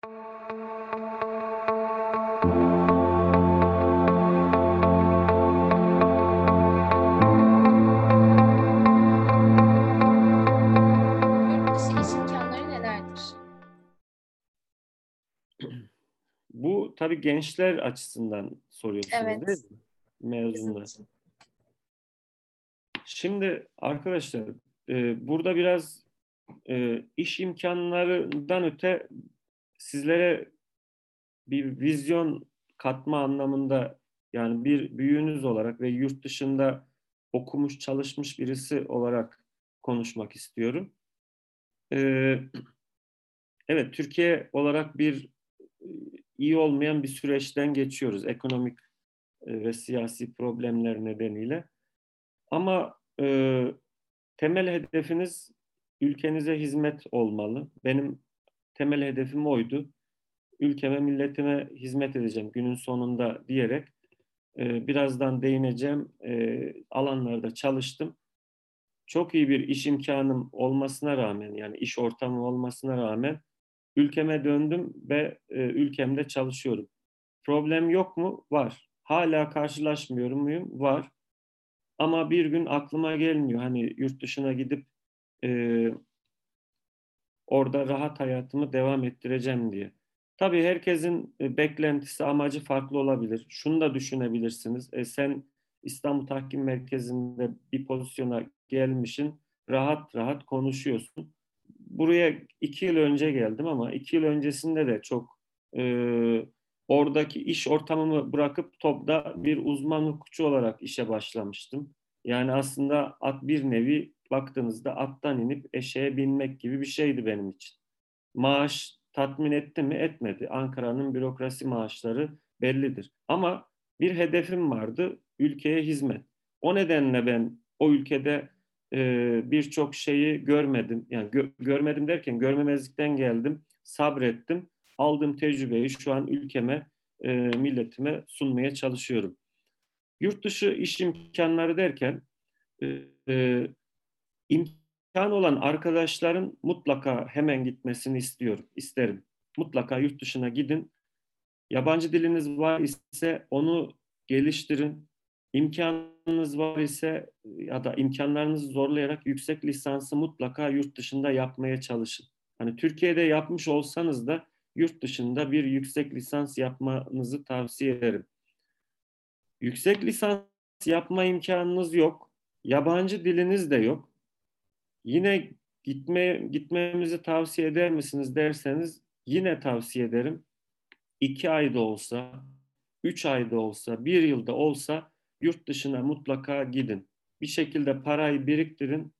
Yurt dışı iş imkanları nelerdir? Bu tabii gençler açısından soruyorsunuz değil Evet, mi? bizim Mezunlar. için. Şimdi arkadaşlar burada biraz iş imkanlarından öte sizlere bir vizyon katma anlamında, yani bir büyüğünüz olarak ve yurt dışında okumuş çalışmış birisi olarak konuşmak istiyorum. E, evet, Türkiye olarak e, iyi olmayan bir süreçten geçiyoruz ekonomik ve siyasi problemler nedeniyle. Ama temel hedefiniz ülkenize hizmet olmalı. Benim temel hedefim oydu. Ülkeme, milletime hizmet edeceğim günün sonunda diyerek birazdan değineceğim alanlarda çalıştım. Çok iyi bir iş imkanım olmasına rağmen, yani iş ortamı olmasına rağmen ülkeme döndüm ve ülkemde çalışıyorum. Problem yok mu? Var. Hala karşılaşmıyor muyum? Var. Ama bir gün aklıma gelmiyor. Hani yurt dışına gidip e, orada rahat hayatımı devam ettireceğim diye. Tabii herkesin beklentisi, amacı farklı olabilir. Şunu da düşünebilirsiniz. Sen İstanbul Tahkim Merkezi'nde bir pozisyona gelmişsin, rahat rahat konuşuyorsun. Buraya 2 yıl önce geldim ama 2 yıl öncesinde de çok e, oradaki iş ortamımı bırakıp TOB'da bir uzman hukukçu olarak işe başlamıştım. Yani aslında at bir nevi baktığınızda attan inip eşeğe binmek gibi bir şeydi benim için. Maaş tatmin etti mi? Etmedi. Ankara'nın bürokrasi maaşları bellidir. Ama bir hedefim vardı, ülkeye hizmet. O nedenle ben o ülkede birçok şeyi görmedim. Yani görmedim derken görmemezlikten geldim, sabrettim. Aldığım tecrübeyi şu an ülkeme, milletime sunmaya çalışıyorum. Yurt dışı iş imkanları derken e, e, imkan olan arkadaşların mutlaka hemen gitmesini isterim. Mutlaka yurt dışına gidin. Yabancı diliniz var ise onu geliştirin. İmkanınız var ise ya da imkanlarınızı zorlayarak yüksek lisansı mutlaka yurt dışında yapmaya çalışın. Hani Türkiye'de yapmış olsanız da yurt dışında bir yüksek lisans yapmanızı tavsiye ederim. Yüksek lisans yapma imkanınız yok. Yabancı diliniz de yok. Yine gitmemizi tavsiye eder misiniz derseniz yine tavsiye ederim. 2 ayda olsa, 3 ayda olsa, bir yılda olsa yurt dışına mutlaka gidin. Bir şekilde parayı biriktirin,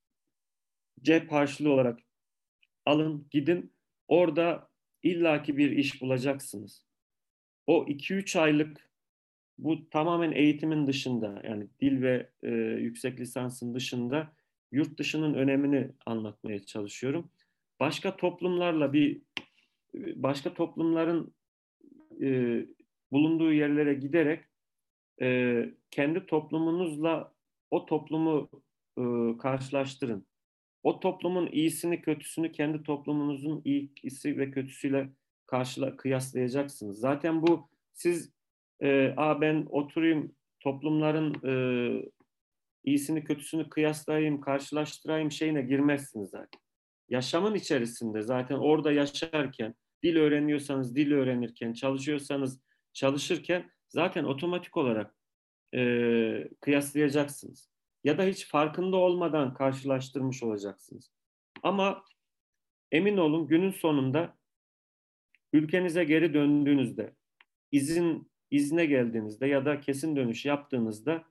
cep harçlığı olarak alın, gidin. Orada illaki bir iş bulacaksınız. O 2-3 aylık, bu tamamen eğitimin dışında, yani dil ve yüksek lisansın dışında yurt dışının önemini anlatmaya çalışıyorum. Başka toplumlarla başka toplumların e, bulunduğu yerlere giderek kendi toplumunuzla o toplumu karşılaştırın. O toplumun iyisini kötüsünü kendi toplumunuzun iyisi ve kötüsüyle kıyaslayacaksınız. Zaten bu siz ben oturayım toplumların iyisini kötüsünü kıyaslayayım, karşılaştırayım şeyine girmezsiniz zaten. Yaşamın içerisinde zaten orada yaşarken, dil öğreniyorsanız dil öğrenirken, çalışıyorsanız çalışırken zaten otomatik olarak kıyaslayacaksınız. Ya da hiç farkında olmadan karşılaştırmış olacaksınız. Ama emin olun günün sonunda ülkenize geri döndüğünüzde, izne geldiğinizde ya da kesin dönüş yaptığınızda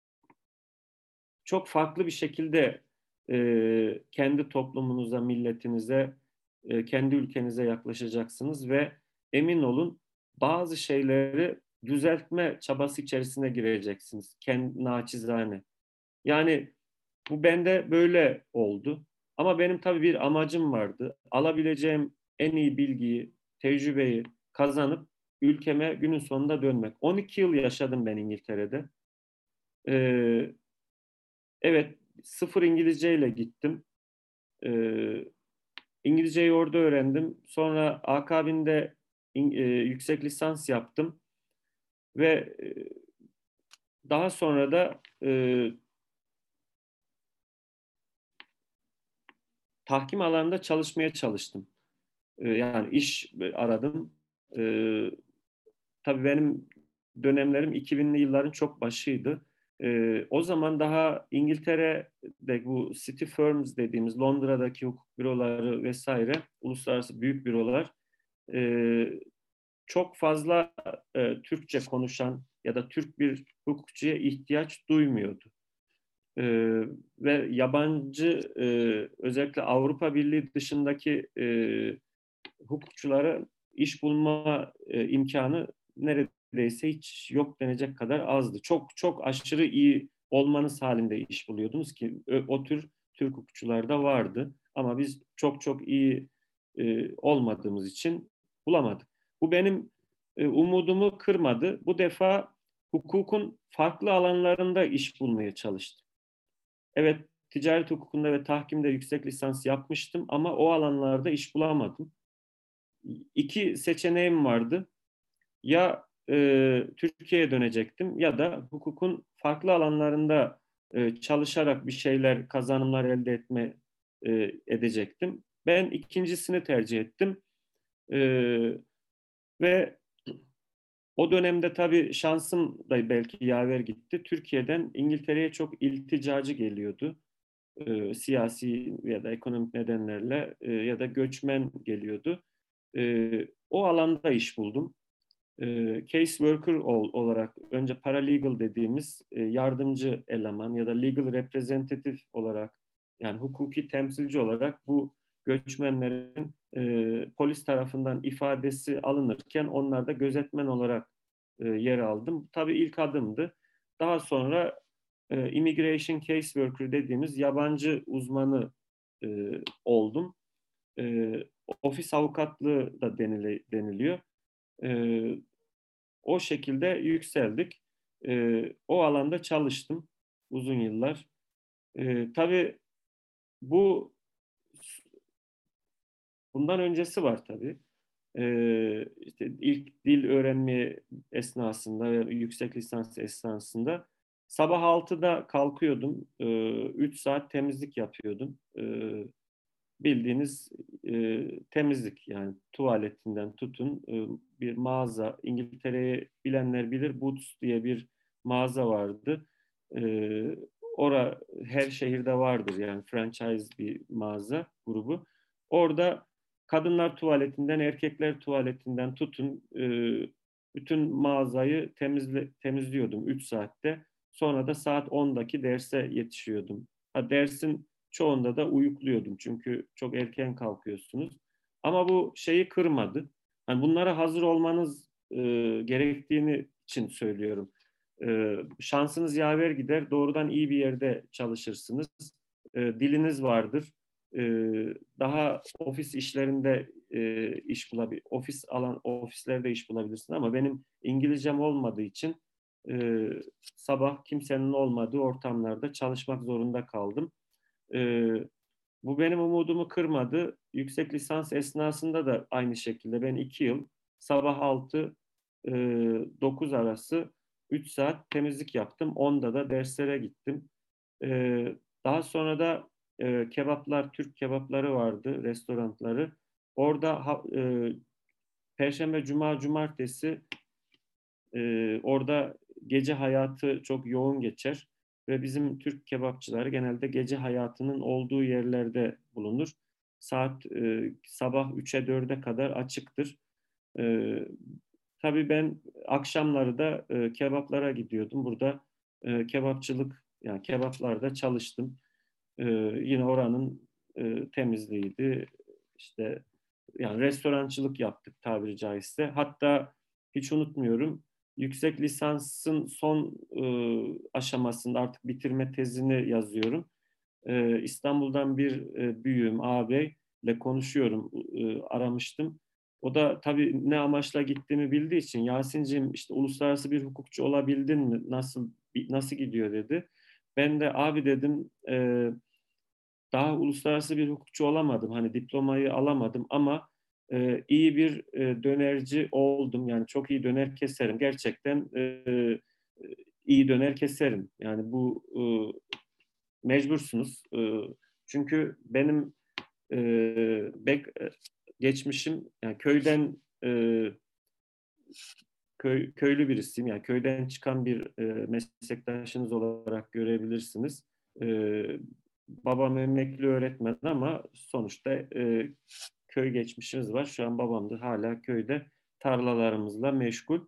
çok farklı bir şekilde kendi toplumunuza, milletinize, kendi ülkenize yaklaşacaksınız ve emin olun bazı şeyleri düzeltme çabası içerisine gireceksiniz. Kendi naçizane. Yani bu bende böyle oldu. Ama benim tabii bir amacım vardı. Alabileceğim en iyi bilgiyi, tecrübeyi kazanıp ülkeme günün sonunda dönmek. 12 yıl yaşadım ben İngiltere'de. Ee, evet, sıfır İngilizceyle gittim. Ee, İngilizceyi orada öğrendim. Sonra akabinde yüksek lisans yaptım ve daha sonra da tahkim alanında çalışmaya çalıştım. Yani iş aradım. E, tabii benim dönemlerim 2000'li yılların çok başıydı. O zaman daha İngiltere'de bu city firms dediğimiz Londra'daki hukuk büroları vesaire, uluslararası büyük bürolar e, çok fazla Türkçe konuşan ya da Türk bir hukukçuya ihtiyaç duymuyordu. E, ve yabancı özellikle Avrupa Birliği dışındaki hukukçulara iş bulma imkanı neredeyse hiç yok denecek kadar azdı. Çok çok aşırı iyi olmanız halinde iş buluyordunuz ki o tür Türk hukukçularda vardı. Ama biz çok çok iyi olmadığımız için bulamadık. Bu benim umudumu kırmadı. Bu defa hukukun farklı alanlarında iş bulmaya çalıştım. Evet, ticaret hukukunda ve tahkimde yüksek lisans yapmıştım ama o alanlarda iş bulamadım. İki seçeneğim vardı. Ya Türkiye'ye dönecektim ya da hukukun farklı alanlarında çalışarak bir şeyler, kazanımlar elde edecektim. Ben ikincisini tercih ettim. E, ve o dönemde tabii şansım da belki yaver gitti. Türkiye'den İngiltere'ye çok ilticacı geliyordu. Siyasi ya da ekonomik nedenlerle ya da göçmen geliyordu. O alanda iş buldum. Case worker olarak önce paralegal dediğimiz yardımcı eleman ya da legal representative olarak, yani hukuki temsilci olarak bu göçmenlerin polis tarafından ifadesi alınırken onlarda gözetmen olarak yer aldım. Tabii ilk adımdı. Daha sonra immigration case worker dediğimiz yabancı uzmanı e, oldum. E, ofis avukatlığı da deniliyor. E, o şekilde yükseldik. O alanda çalıştım uzun yıllar. Tabii bu bundan öncesi var tabii. İşte ilk dil öğrenme esnasında ve yüksek lisans esnasında sabah 6'da kalkıyordum. 3 saat temizlik yapıyordum. Bildiğiniz temizlik, yani tuvaletinden tutun bir mağaza, İngiltere'yi bilenler bilir, Boots diye bir mağaza vardı. E, her şehirde vardır, yani franchise bir mağaza grubu. Orada kadınlar tuvaletinden erkekler tuvaletinden tutun bütün mağazayı temizliyordum 3 saatte. Sonra da saat 10'daki derse yetişiyordum. Dersin çoğunda da uyukluyordum çünkü çok erken kalkıyorsunuz. Ama bu şeyi kırmadı. Yani bunlara hazır olmanız gerektiğini için söylüyorum. Şansınız yaver gider, doğrudan iyi bir yerde çalışırsınız. Diliniz vardır. E, daha ofis işlerinde ofislerde iş bulabilirsiniz ama benim İngilizcem olmadığı için e, sabah kimsenin olmadığı ortamlarda çalışmak zorunda kaldım. Ee, bu benim umudumu kırmadı. Yüksek lisans esnasında da aynı şekilde ben 2 yıl sabah 6 e, 9 arası 3 saat temizlik yaptım. Onda da derslere gittim. Daha sonra da Türk kebapları vardı, restoranları. Orada Perşembe, Cuma, Cumartesi orada gece hayatı çok yoğun geçer ve bizim Türk kebapçıları genelde gece hayatının olduğu yerlerde bulunur. Sabah 3'e 4'e kadar açıktır. E, tabii ben akşamları da kebaplara gidiyordum. Burada kebapçılık, yani kebaplarda çalıştım. Yine oranın temizliğiydi. İşte yani restorancılık yaptık tabiri caizse. Hatta hiç unutmuyorum, yüksek lisansın son aşamasında artık bitirme tezini yazıyorum. İstanbul'dan bir büyüğüm, ağabeyle konuşuyorum, aramıştım. O da tabii ne amaçla gittiğimi bildiği için, Yasin'cim işte uluslararası bir hukukçu olabildin mi? Nasıl gidiyor dedi. Ben de abi dedim, daha uluslararası bir hukukçu olamadım. Hani diplomayı alamadım ama iyi bir dönerci oldum. Yani çok iyi döner keserim. Gerçekten iyi döner keserim. Yani bu mecbursunuz. Çünkü benim e, geçmişim, yani köyden köylü birisiyim. Yani köyden çıkan bir meslektaşınız olarak görebilirsiniz. E, Babam emekli öğretmen ama sonuçta köy geçmişimiz var. Şu an babam da hala köyde tarlalarımızla meşgul.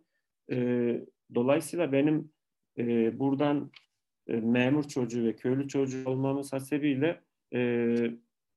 Dolayısıyla benim buradan memur çocuğu ve köylü çocuğu olmamız hasebiyle e,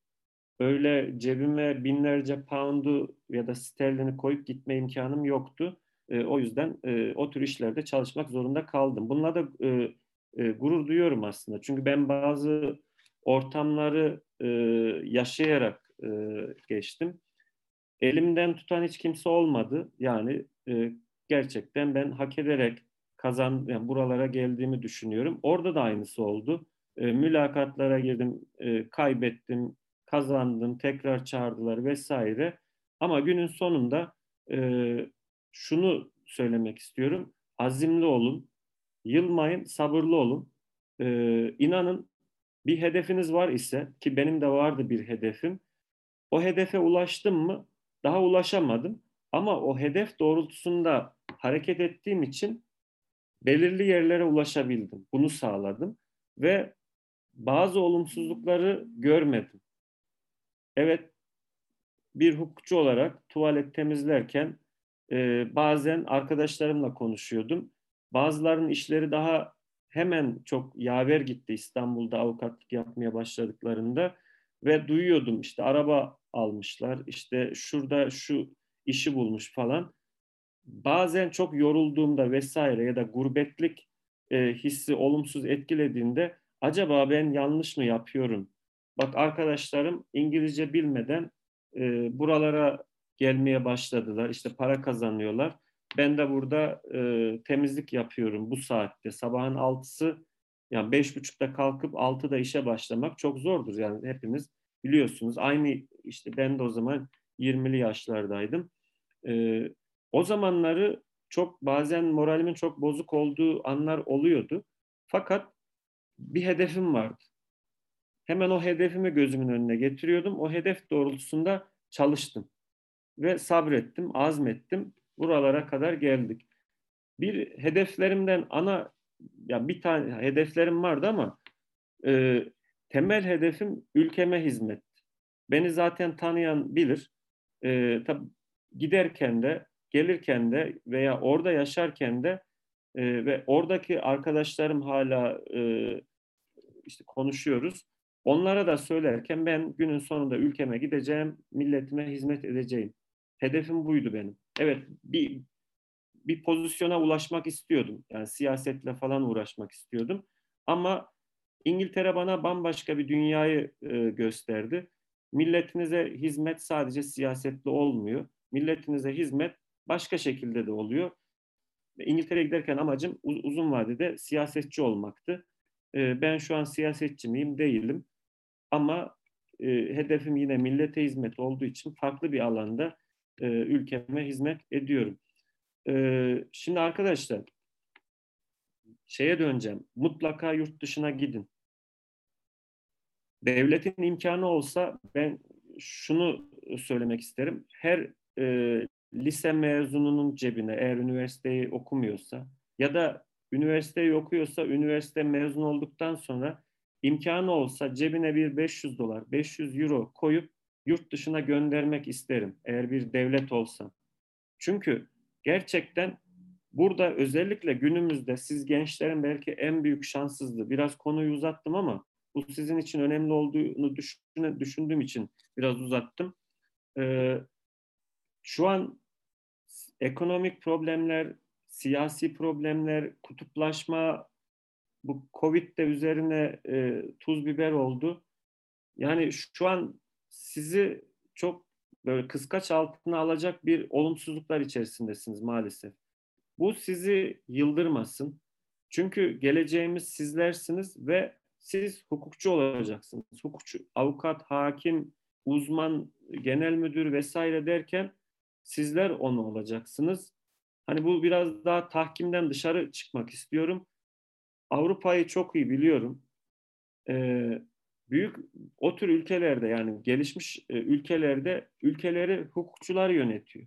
öyle cebime binlerce pound'u ya da sterlini koyup gitme imkanım yoktu. O yüzden o tür işlerde çalışmak zorunda kaldım. Bununla da gurur duyuyorum aslında. Çünkü ben bazı ortamları yaşayarak geçtim. Elimden tutan hiç kimse olmadı. Yani gerçekten ben hak ederek yani buralara geldiğimi düşünüyorum. Orada da aynısı oldu. Mülakatlara girdim, kaybettim, kazandım, tekrar çağırdılar vesaire. Ama günün sonunda e, şunu söylemek istiyorum. Azimli olun, yılmayın, sabırlı olun. İnanın, bir hedefiniz var ise, ki benim de vardı bir hedefim. O hedefe ulaştım mı? Daha ulaşamadım. Ama o hedef doğrultusunda hareket ettiğim için belirli yerlere ulaşabildim. Bunu sağladım ve bazı olumsuzlukları görmedim. Evet, bir hukukçu olarak tuvalet temizlerken bazen arkadaşlarımla konuşuyordum. Bazılarının işleri daha hemen çok yaver gitti İstanbul'da avukatlık yapmaya başladıklarında ve duyuyordum işte araba almışlar, işte şurada şu işi bulmuş falan. Bazen çok yorulduğumda vesaire ya da gurbetlik hissi olumsuz etkilediğinde acaba ben yanlış mı yapıyorum? Bak, arkadaşlarım İngilizce bilmeden buralara gelmeye başladılar. İşte para kazanıyorlar. Ben de burada temizlik yapıyorum bu saatte. Sabahın 6'sı, yani 5.30'da kalkıp 6'da işe başlamak çok zordur. Yani hepimiz biliyorsunuz. Aynı işte ben de o zaman 20'li yaşlardaydım. E, O zamanları çok bazen moralimin çok bozuk olduğu anlar oluyordu. Fakat bir hedefim vardı. Hemen o hedefimi gözümün önüne getiriyordum. O hedef doğrultusunda çalıştım ve sabrettim, azmettim. Buralara kadar geldik. Bir hedeflerimden ya bir tane hedeflerim vardı ama e, temel hedefim ülkeme hizmet. Beni zaten tanıyan bilir. Tabii giderken de, gelirken de veya orada yaşarken de ve oradaki arkadaşlarım hala işte konuşuyoruz. Onlara da söylerken ben günün sonunda ülkeme gideceğim, milletime hizmet edeceğim. Hedefim buydu benim. Evet, bir pozisyona ulaşmak istiyordum. Yani siyasetle falan uğraşmak istiyordum. Ama İngiltere bana bambaşka bir dünyayı gösterdi. Milletinize hizmet sadece siyasetle olmuyor. Milletinize hizmet başka şekilde de oluyor. İngiltere'ye giderken amacım uzun vadede siyasetçi olmaktı. Ben şu an siyasetçi miyim? Değilim. Ama hedefim yine millete hizmet olduğu için farklı bir alanda ülkeme hizmet ediyorum. Şimdi arkadaşlar, şeye döneceğim. Mutlaka yurt dışına gidin. Devletin imkanı olsa ben şunu söylemek isterim. Her lise mezununun cebine, eğer üniversiteyi okumuyorsa ya da üniversiteyi okuyorsa, üniversite mezun olduktan sonra imkanı olsa cebine bir 500 dolar, 500 euro koyup yurt dışına göndermek isterim. Eğer bir devlet olsam. Çünkü gerçekten burada özellikle günümüzde siz gençlerin belki en büyük şanssızlığı, biraz konuyu uzattım ama bu sizin için önemli olduğunu düşündüğüm için biraz uzattım. Ee, Şu an ekonomik problemler, siyasi problemler, kutuplaşma, bu Covid de üzerine tuz biber oldu. Yani şu an sizi çok böyle kıskaç altına alacak bir olumsuzluklar içerisindesiniz maalesef. Bu sizi yıldırmasın. Çünkü geleceğimiz sizlersiniz ve siz hukukçu olacaksınız. Hukukçu, avukat, hakim, uzman, genel müdür vesaire derken sizler onu olacaksınız. Hani bu biraz daha tahkimden dışarı çıkmak istiyorum. Avrupa'yı çok iyi biliyorum. Ee, büyük o tür ülkelerde, yani gelişmiş ülkelerde ülkeleri hukukçular yönetiyor.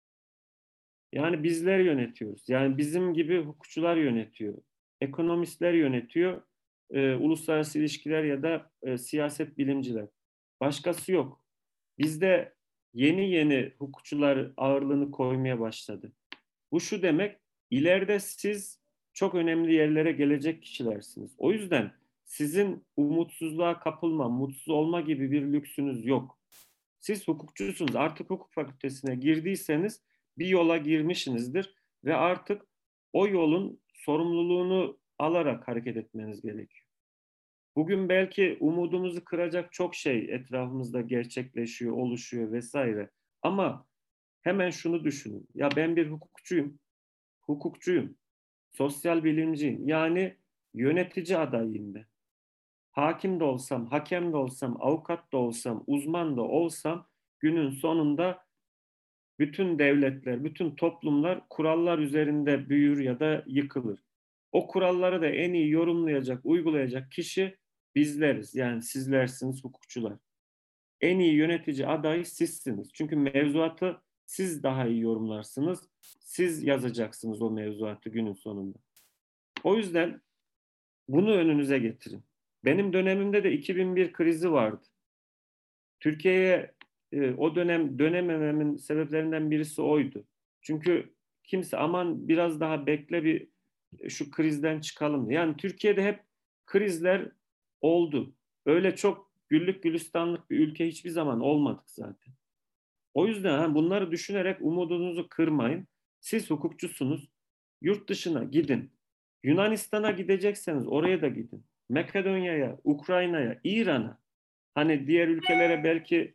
Yani bizler yönetiyoruz. Yani bizim gibi hukukçular yönetiyor. Ekonomistler yönetiyor. Uluslararası ilişkiler ya da siyaset bilimciler. Başkası yok. Bizde yeni yeni hukukçular ağırlığını koymaya başladı. Bu şu demek, ileride siz çok önemli yerlere gelecek kişilersiniz. O yüzden sizin umutsuzluğa kapılma, mutsuz olma gibi bir lüksünüz yok. Siz hukukçusunuz. Artık hukuk fakültesine girdiyseniz bir yola girmişsinizdir ve artık o yolun sorumluluğunu alarak hareket etmeniz gerekiyor. Bugün belki umudumuzu kıracak çok şey etrafımızda gerçekleşiyor, oluşuyor vesaire. Ama hemen şunu düşünün. Ya ben bir hukukçuyum, sosyal bilimciyim. Yani yönetici adayıyım ben. Hakim de olsam, hakem de olsam, avukat da olsam, uzman da olsam günün sonunda bütün devletler, bütün toplumlar kurallar üzerinde büyür ya da yıkılır. O kuralları da en iyi yorumlayacak, uygulayacak kişi bizleriz. Yani sizlersiniz hukukçular. En iyi yönetici adayı sizsiniz. Çünkü mevzuatı siz daha iyi yorumlarsınız. Siz yazacaksınız o mevzuatı günün sonunda. O yüzden bunu önünüze getirin. Benim dönemimde de 2001 krizi vardı. Türkiye'ye o dönem dönemememin sebeplerinden birisi oydu. Çünkü kimse aman biraz daha bekle bir şu krizden çıkalım. Yani Türkiye'de hep krizler oldu. Öyle çok güllük gülistanlık bir ülke hiçbir zaman olmadık zaten. O yüzden bunları düşünerek umudunuzu kırmayın. Siz hukukçusunuz. Yurt dışına gidin. Yunanistan'a gidecekseniz oraya da gidin. Makedonya'ya, Ukrayna'ya, İran'a. Hani diğer ülkelere belki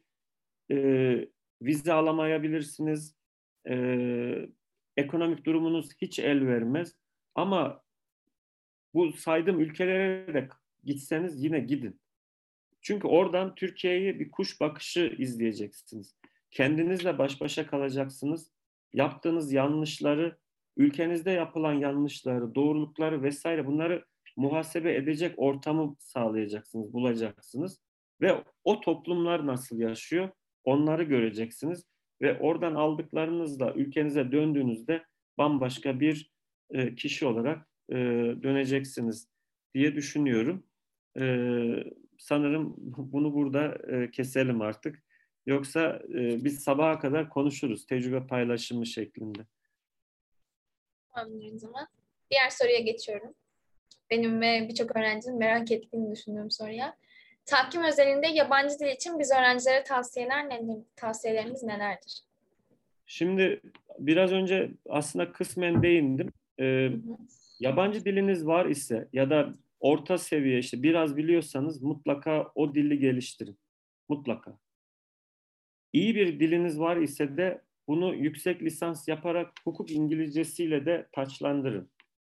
vize alamayabilirsiniz. Ekonomik durumunuz hiç el vermez. Ama bu saydığım ülkelere de gitseniz yine gidin. Çünkü oradan Türkiye'yi bir kuş bakışı izleyeceksiniz. Kendinizle baş başa kalacaksınız. Yaptığınız yanlışları, ülkenizde yapılan yanlışları, doğrulukları vesaire bunları muhasebe edecek ortamı sağlayacaksınız, bulacaksınız. Ve o toplumlar nasıl yaşıyor, onları göreceksiniz. Ve oradan aldıklarınızla ülkenize döndüğünüzde bambaşka bir kişi olarak döneceksiniz diye düşünüyorum. Sanırım bunu burada keselim artık. Yoksa biz sabaha kadar konuşuruz tecrübe paylaşımı şeklinde. Tamamdır o zaman. Diğer soruya geçiyorum. Benim ve birçok öğrencinin merak ettiğini düşündüğüm soruya. Tahkim özelinde yabancı dil için biz öğrencilere tavsiyelerimiz nelerdir? Şimdi biraz önce aslında kısmen değindim. Hı hı. Yabancı diliniz var ise ya da orta seviye işte biraz biliyorsanız mutlaka o dili geliştirin. Mutlaka. İyi bir diliniz var ise de bunu yüksek lisans yaparak hukuk İngilizcesiyle de taçlandırın.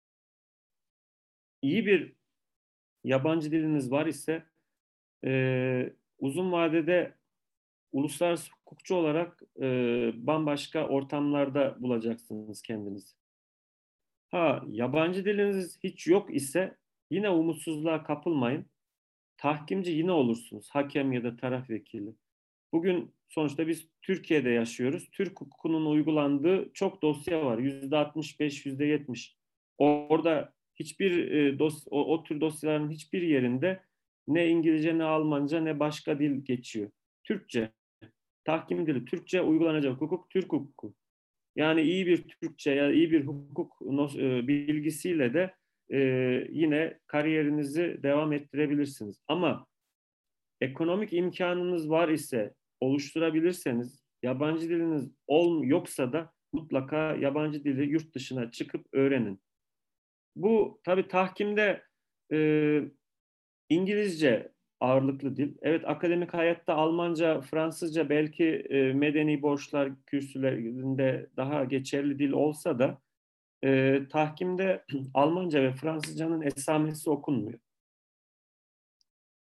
İyi bir yabancı diliniz var ise uzun vadede uluslararası hukukçu olarak bambaşka ortamlarda bulacaksınız kendinizi. Yabancı diliniz hiç yok ise yine umutsuzluğa kapılmayın. Tahkimci yine olursunuz. Hakem ya da taraf vekili. Bugün sonuçta biz Türkiye'de yaşıyoruz. Türk hukukunun uygulandığı çok dosya var. %65, %70. Orada hiçbir o tür dosyaların hiçbir yerinde ne İngilizce ne Almanca ne başka dil geçiyor. Türkçe. Tahkim dili Türkçe, uygulanacak hukuk Türk hukuku. Yani iyi bir Türkçe ya iyi bir hukuk bilgisiyle de e, yine kariyerinizi devam ettirebilirsiniz. Ama ekonomik imkanınız var ise oluşturabilirseniz yabancı diliniz yoksa da mutlaka yabancı dili yurt dışına çıkıp öğrenin. Bu tabii tahkimde e, İngilizce ağırlıklı dil. Evet, akademik hayatta Almanca, Fransızca belki medeni borçlar kürsülerinde daha geçerli dil olsa da tahkimde Almanca ve Fransızcanın esamesi okunmuyor.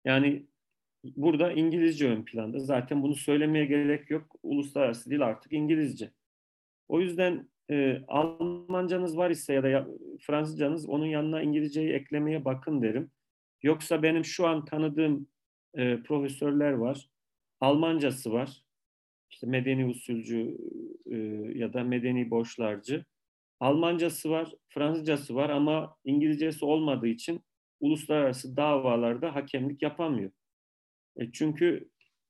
Yani burada İngilizce ön planda. Zaten bunu söylemeye gerek yok. Uluslararası dil artık İngilizce. O yüzden Almancanız var ise ya da Fransızcanız, onun yanına İngilizceyi eklemeye bakın derim. Yoksa benim şu an tanıdığım profesörler var. Almancası var. İşte medeni usulcü e, ya da medeni boşlarcı. Almancası var, Fransızcası var ama İngilizcesi olmadığı için uluslararası davalarda hakemlik yapamıyor. Çünkü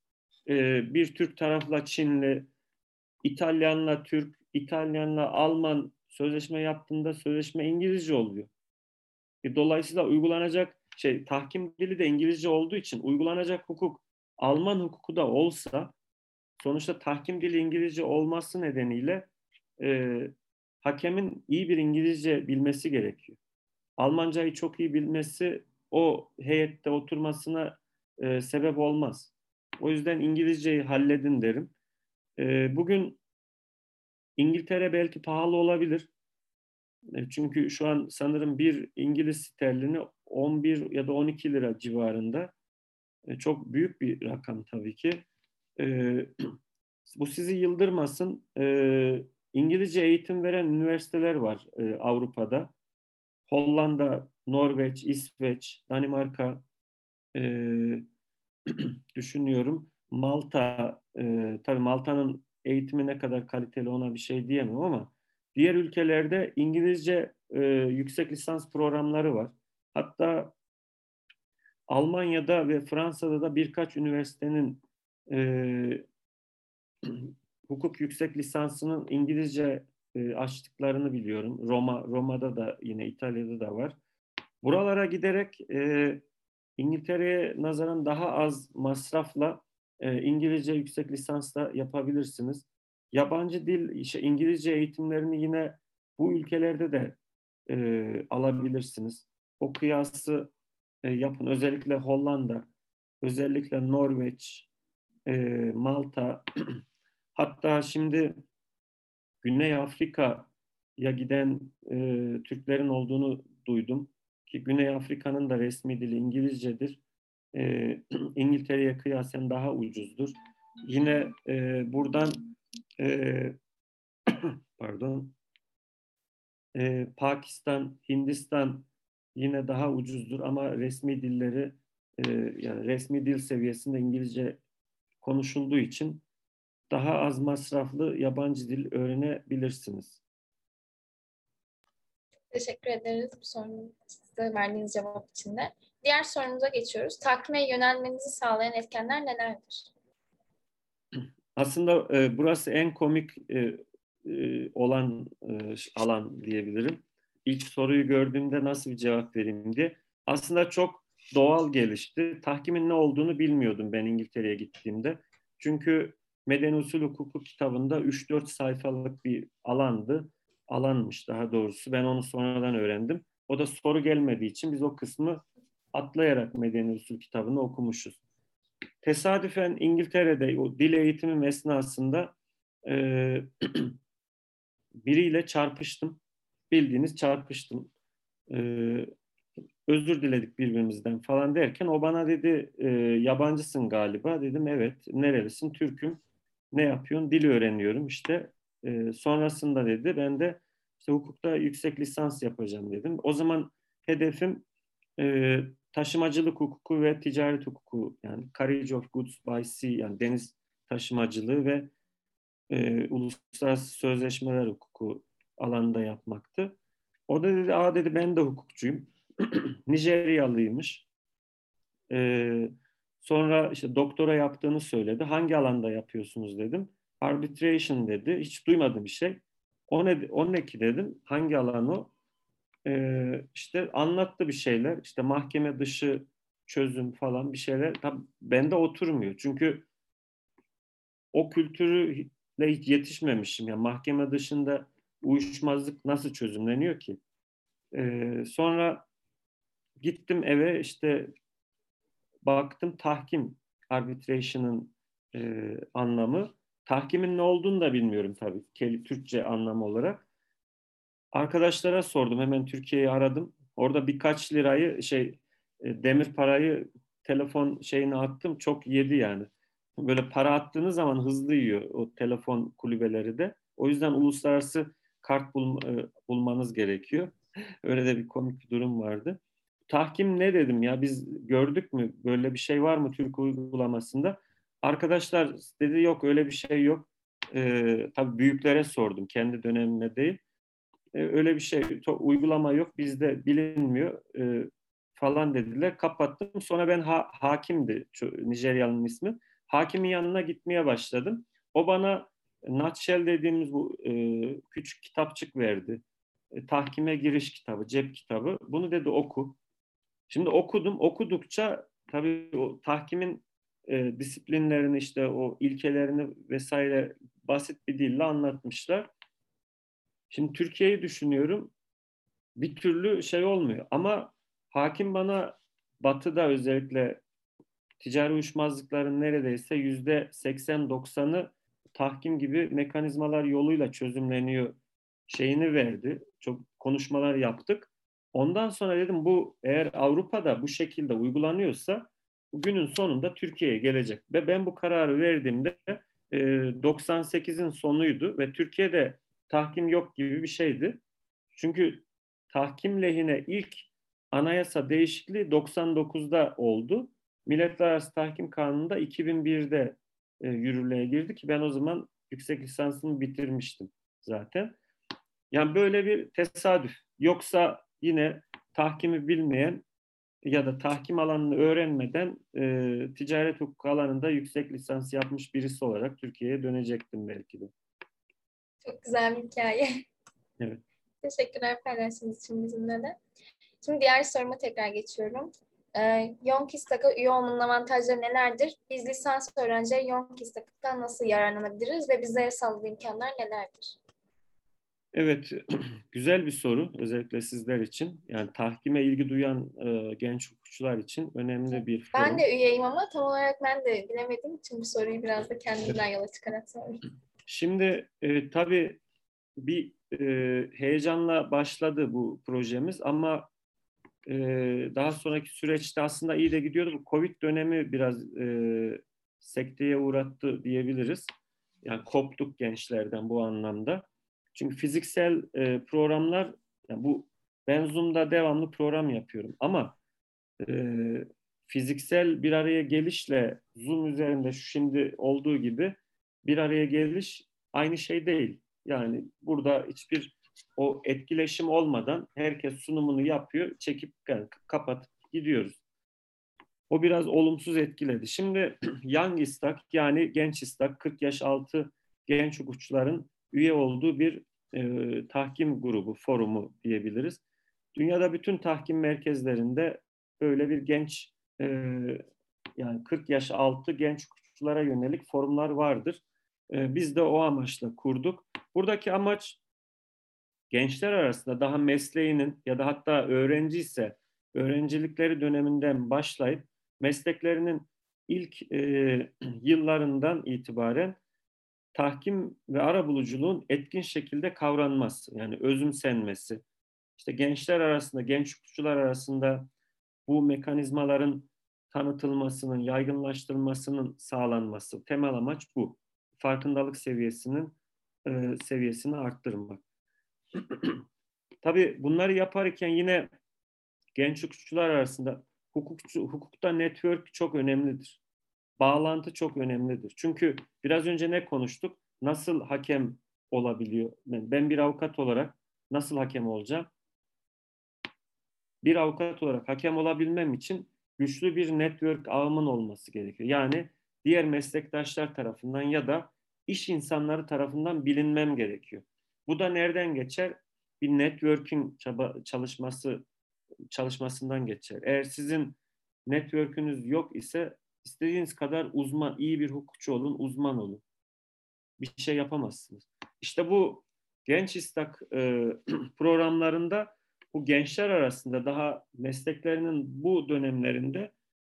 bir Türk tarafla Çinli, İtalyanla Türk, İtalyanla Alman sözleşme yaptığında sözleşme İngilizce oluyor. Dolayısıyla uygulanacak tahkim dili de İngilizce olduğu için uygulanacak hukuk Alman hukuku da olsa sonuçta tahkim dili İngilizce olması nedeniyle e, hakemin iyi bir İngilizce bilmesi gerekiyor. Almancayı çok iyi bilmesi o heyette oturmasına sebep olmaz. O yüzden İngilizceyi halledin derim. Bugün İngiltere belki pahalı olabilir. Çünkü şu an sanırım bir İngiliz sterlini 11 ya da 12 lira civarında. Çok büyük bir rakam tabii ki. E, Bu sizi yıldırmasın. İngilizce eğitim veren üniversiteler var Avrupa'da. Hollanda, Norveç, İsveç, Danimarka, e, düşünüyorum. Malta, tabii Malta'nın eğitimi ne kadar kaliteli ona bir şey diyemem ama diğer ülkelerde İngilizce yüksek lisans programları var. Hatta Almanya'da ve Fransa'da da birkaç üniversitenin e, hukuk yüksek lisansının İngilizce açtıklarını biliyorum. Roma'da da yine İtalya'da da var. Buralara giderek İngiltere'ye nazaran daha az masrafla İngilizce yüksek lisans da yapabilirsiniz. Yabancı dil, işte İngilizce eğitimlerini yine bu ülkelerde de alabilirsiniz. O kıyası yapın. Özellikle Hollanda, özellikle Norveç, Malta, hatta şimdi Güney Afrika'ya giden Türklerin olduğunu duydum ki Güney Afrika'nın da resmi dili İngilizcedir. İngiltere'ye kıyasen daha ucuzdur. Yine buradan e, pardon Pakistan, Hindistan yine daha ucuzdur ama resmi dilleri yani resmi dil seviyesinde İngilizce konuşulduğu için daha az masraflı yabancı dil öğrenebilirsiniz. Teşekkür ederiz bu sorunuza verdiğiniz cevap için de. Diğer sorumuza geçiyoruz. Tahkime yönelmenizi sağlayan etkenler nelerdir? Aslında burası en komik olan alan diyebilirim. İlk soruyu gördüğümde nasıl bir cevap vereyim diye. Aslında çok doğal gelişti. Tahkimin ne olduğunu bilmiyordum ben İngiltere'ye gittiğimde. Çünkü Medeni Usul Hukuku kitabında 3-4 sayfalık bir alandı. Alanmış daha doğrusu. Ben onu sonradan öğrendim. O da soru gelmediği için biz o kısmı atlayarak Medeni Usul kitabını okumuşuz. Tesadüfen İngiltere'de o dil eğitimim esnasında e, biriyle çarpıştım. Bildiğiniz çarpıştım. E, Özür diledik birbirimizden falan derken o bana dedi yabancısın galiba. Dedim evet. Nerelisin? Türk'üm. Ne yapıyorsun? Dil öğreniyorum işte. Sonrasında dedi ben de işte hukukta yüksek lisans yapacağım dedim. O zaman hedefim e, taşımacılık hukuku ve ticaret hukuku yani carriage of goods by sea yani deniz taşımacılığı ve uluslararası sözleşmeler hukuku alanında yapmaktı. O da dedi, aa dedi ben de hukukçuyum. Nijeryalıymış. E, Sonra işte doktora yaptığını söyledi. Hangi alanda yapıyorsunuz dedim. Arbitration dedi. Hiç duymadım bir şey. O ne ki dedim. Hangi alan o? İşte anlattı bir şeyler. İşte mahkeme dışı çözüm falan bir şeyler. Tabii bende oturmuyor. Çünkü o kültürle hiç yetişmemişim. Yani mahkeme dışında uyuşmazlık nasıl çözümleniyor ki? Sonra gittim eve işte baktım tahkim arbitration'ın anlamı. Tahkimin ne olduğunu da bilmiyorum tabii. Türkçe anlamı olarak. Arkadaşlara sordum. Hemen Türkiye'yi aradım. Orada birkaç lirayı demir parayı telefon şeyini attım, çok yedi yani. Böyle para attığınız zaman hızlı yiyor o telefon kulübeleri de. O yüzden uluslararası kart bulmanız gerekiyor. Öyle de bir komik bir durum vardı. Tahkim ne dedim ya, biz gördük mü, böyle bir şey var mı Türk uygulamasında? Arkadaşlar dedi yok, öyle bir şey yok. Tabii büyüklere sordum, kendi dönemime değil. Öyle bir şey, uygulama yok bizde, bilinmiyor falan dediler. Kapattım. Sonra ben Hakim'di Nijeryalı'nın ismi. Hakimin yanına gitmeye başladım. O bana Nutshell dediğimiz bu küçük kitapçık verdi. Tahkime giriş kitabı, cep kitabı. Bunu dedi oku. Şimdi okudum. Okudukça tabii o tahkimin disiplinlerini, işte o ilkelerini vesaire basit bir dille anlatmışlar. Şimdi Türkiye'yi düşünüyorum, bir türlü şey olmuyor. Ama hakim bana Batı'da özellikle ticari uyuşmazlıkların neredeyse %80-90'ı tahkim gibi mekanizmalar yoluyla çözümleniyor şeyini verdi. Çok konuşmalar yaptık. Ondan sonra dedim, bu eğer Avrupa'da bu şekilde uygulanıyorsa günün sonunda Türkiye'ye gelecek. Ve ben bu kararı verdiğimde 98'in sonuydu ve Türkiye'de tahkim yok gibi bir şeydi. Çünkü tahkim lehine ilk anayasa değişikliği 99'da oldu. Milletler Arası Tahkim Kanunu da 2001'de yürürlüğe girdi ki ben o zaman yüksek lisansımı bitirmiştim zaten. Yani böyle bir tesadüf. Yoksa yine tahkimi bilmeyen ya da tahkim alanını öğrenmeden ticaret hukuku alanında yüksek lisans yapmış birisi olarak Türkiye'ye dönecektim belki de. Çok güzel bir hikaye. Evet. Teşekkürler paylaştığınız için bizimle de. Şimdi diğer soruma tekrar geçiyorum. Yonkistak'a üye olmanın avantajları nelerdir? Biz lisans öğrencileri Yonkistak'tan nasıl yararlanabiliriz ve bize sağladığı imkanlar nelerdir? Evet, güzel bir soru özellikle sizler için. Yani tahkime ilgi duyan genç hukukçular için önemli bir Ben forum. de üyeyim ama tam olarak ben de bilemediğim için bu soruyu biraz da Evet. kendimden yola çıkarak sordum. Şimdi tabii bir heyecanla başladı bu projemiz ama daha sonraki süreçte aslında iyi de gidiyordu. Bu Covid dönemi biraz sekteye uğrattı diyebiliriz. Yani koptuk gençlerden bu anlamda. Çünkü fiziksel programlar, yani ben Zoom'da devamlı program yapıyorum ama fiziksel bir araya gelişle Zoom üzerinde şu şimdi olduğu gibi bir araya geliş aynı şey değil. Yani burada hiçbir o etkileşim olmadan herkes sunumunu yapıyor, çekip yani kapatıp gidiyoruz. O biraz olumsuz etkiledi. Şimdi Young İstak, yani genç İstak, 40 yaş altı genç hukukçuların üye olduğu bir tahkim grubu, forumu diyebiliriz. Dünyada bütün tahkim merkezlerinde böyle bir genç e, yani 40 yaş altı genç hukukçulara yönelik forumlar vardır. Biz de o amaçla kurduk. Buradaki amaç gençler arasında daha mesleğinin ya da hatta öğrenci ise öğrencilikleri döneminden başlayıp mesleklerinin ilk yıllarından itibaren tahkim ve arabuluculuğun etkin şekilde kavranması, yani özümsenmesi, işte gençler arasında, genç hukukçular arasında bu mekanizmaların tanıtılmasının, yaygınlaştırılmasının sağlanması. Temel amaç bu. Farkındalık seviyesini arttırmak. Tabii bunları yaparken yine genç hukukçular arasında hukukta network çok önemlidir. Bağlantı çok önemlidir. Çünkü biraz önce ne konuştuk? Nasıl hakem olabiliyor? Ben bir avukat olarak nasıl hakem olacağım? Bir avukat olarak hakem olabilmem için güçlü bir network ağımın olması gerekiyor. Yani diğer meslektaşlar tarafından ya da iş insanları tarafından bilinmem gerekiyor. Bu da nereden geçer? Bir networking çalışmasından geçer. Eğer sizin network'ünüz yok ise istediğiniz kadar uzman, iyi bir hukukçu olun, uzman olun. Bir şey yapamazsınız. İşte bu genç istak programlarında bu gençler arasında daha mesleklerinin bu dönemlerinde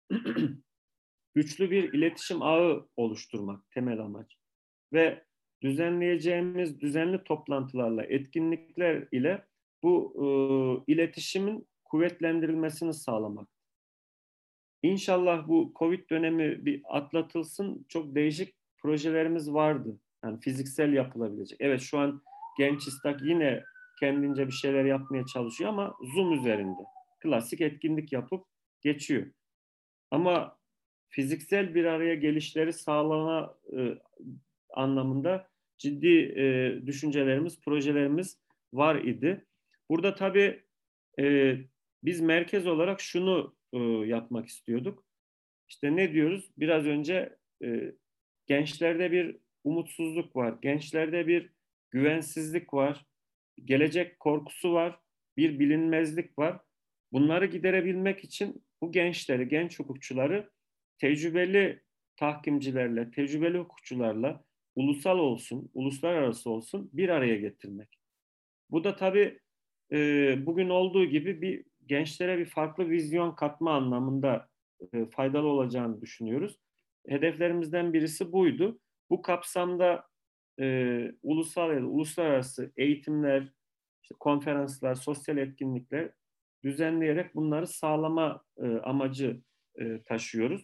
güçlü bir iletişim ağı oluşturmak temel amaç. Ve düzenleyeceğimiz düzenli toplantılarla, etkinlikler ile bu iletişimin kuvvetlendirilmesini sağlamak. İnşallah bu Covid dönemi bir atlatılsın. Çok değişik projelerimiz vardı. Yani fiziksel yapılabilecek. Evet, şu an Genç İstak yine kendince bir şeyler yapmaya çalışıyor ama Zoom üzerinde. Klasik etkinlik yapıp geçiyor. Ama fiziksel bir araya gelişleri sağlama anlamında ciddi düşüncelerimiz, projelerimiz var idi. Burada tabii e, biz merkez olarak şunu yapmak istiyorduk. İşte ne diyoruz? Biraz önce gençlerde bir umutsuzluk var. Gençlerde bir güvensizlik var. Gelecek korkusu var. Bir bilinmezlik var. Bunları giderebilmek için bu gençleri, genç hukukçuları tecrübeli tahkimcilerle, tecrübeli hukukçularla ulusal olsun, uluslararası olsun bir araya getirmek. Bu da tabii bugün olduğu gibi bir gençlere bir farklı vizyon katma anlamında faydalı olacağını düşünüyoruz. Hedeflerimizden birisi buydu. Bu kapsamda ulusal ya da uluslararası eğitimler, işte konferanslar, sosyal etkinlikler düzenleyerek bunları sağlama amacı taşıyoruz.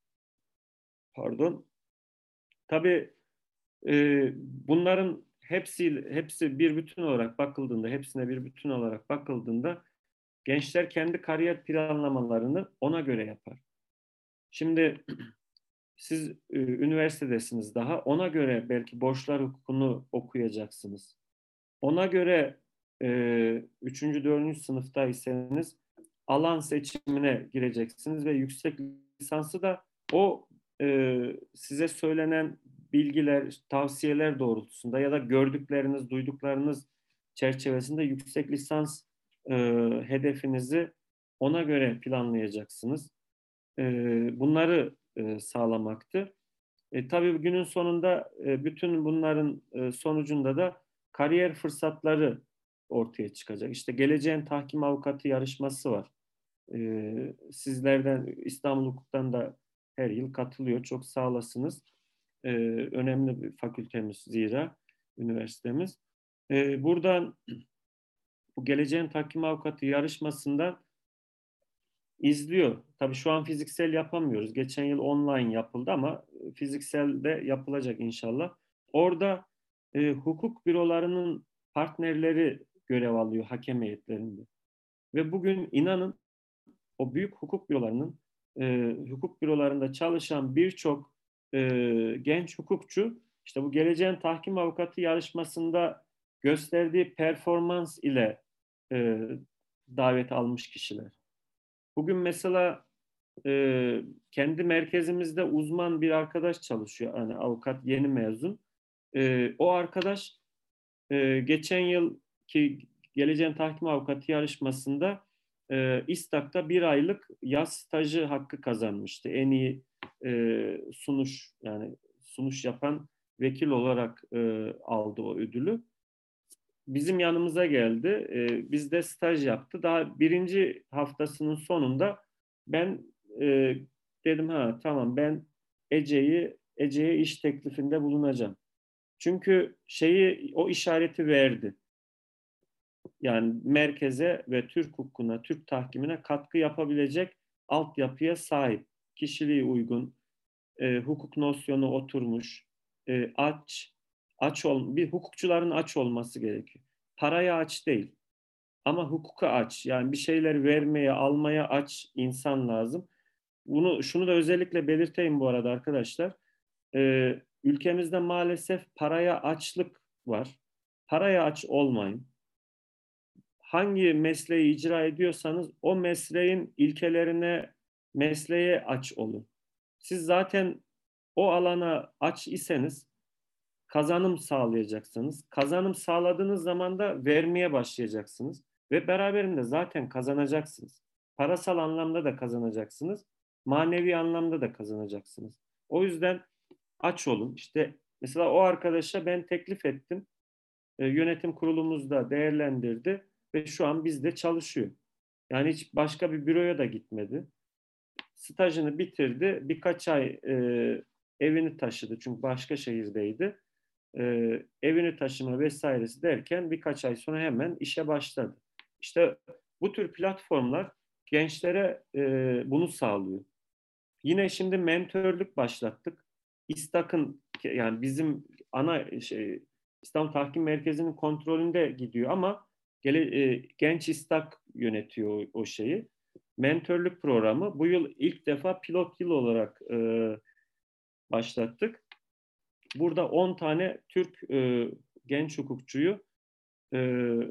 Pardon. Tabii bunların hepsi bir bütün olarak bakıldığında, hepsine bir bütün olarak bakıldığında gençler kendi kariyer planlamalarını ona göre yapar. Şimdi siz üniversitedesiniz daha, ona göre belki borçlar hukukunu okuyacaksınız. Ona göre 3. 4. sınıftaysanız alan seçimine gireceksiniz ve yüksek lisansı da o size söylenen bilgiler, tavsiyeler doğrultusunda ya da gördükleriniz, duyduklarınız çerçevesinde yüksek lisans e, hedefinizi ona göre planlayacaksınız. Bunları sağlamaktı. Tabii günün sonunda bütün bunların sonucunda da kariyer fırsatları ortaya çıkacak. İşte geleceğin tahkim avukatı yarışması var. Sizlerden İstanbul Hukuk'tan da her yıl katılıyor. Çok sağ olasınız. Önemli bir fakültemiz zira üniversitemiz. Buradan bu geleceğin tahkim avukatı yarışmasından izliyor. Tabii şu an fiziksel yapamıyoruz. Geçen yıl online yapıldı ama fiziksel de yapılacak inşallah. Orada hukuk bürolarının partnerleri görev alıyor hakem heyetlerinde. Ve bugün inanın o büyük hukuk bürolarının hukuk bürolarında çalışan birçok genç hukukçu işte bu geleceğin tahkim avukatı yarışmasında gösterdiği performans ile e, davet almış kişiler. Bugün mesela kendi merkezimizde uzman bir arkadaş çalışıyor. Yani avukat yeni mezun. O arkadaş geçen yılki Geleceğin Tahkim Avukatı yarışmasında İSTAK'ta bir aylık yaz stajı hakkı kazanmıştı. En iyi sunuş yani sunuş yapan vekil olarak aldı o ödülü. Bizim yanımıza geldi. Biz de staj yaptı. Daha birinci haftasının sonunda ben e, dedim ha tamam ben Ece'ye iş teklifinde bulunacağım. Çünkü o işareti verdi. Yani merkeze ve Türk hukukuna, Türk tahkimine katkı yapabilecek altyapıya sahip, kişiliği uygun, hukuk nosyonu oturmuş, bir hukukçuların aç olması gerekiyor. Paraya aç değil ama hukuka aç. Yani bir şeyler vermeye, almaya aç insan lazım. Şunu da özellikle belirteyim bu arada arkadaşlar. Ülkemizde maalesef paraya açlık var. Paraya aç olmayın. Hangi mesleği icra ediyorsanız o mesleğin ilkelerine, mesleğe aç olun. Siz zaten o alana aç iseniz kazanım sağlayacaksınız. Kazanım sağladığınız zaman da vermeye başlayacaksınız ve beraberinde zaten kazanacaksınız. Parasal anlamda da kazanacaksınız, manevi anlamda da kazanacaksınız. O yüzden aç olun. İşte mesela o arkadaşa ben teklif ettim. Yönetim kurulumuzda değerlendirdi ve şu an bizde çalışıyor. Yani hiç başka bir büroya da gitmedi. Stajını bitirdi. Birkaç ay evini taşıdı çünkü başka şehirdeydi. Evini taşıma vesairesi derken birkaç ay sonra hemen işe başladı. İşte bu tür platformlar gençlere bunu sağlıyor. Yine şimdi mentörlük başlattık. İSTAK'ın, yani bizim ana İstanbul Tahkim Merkezi'nin kontrolünde gidiyor ama Genç İSTAK yönetiyor o şeyi. Mentörlük programı bu yıl ilk defa pilot yıl olarak başlattık. Burada 10 tane Türk genç hukukçuyu e,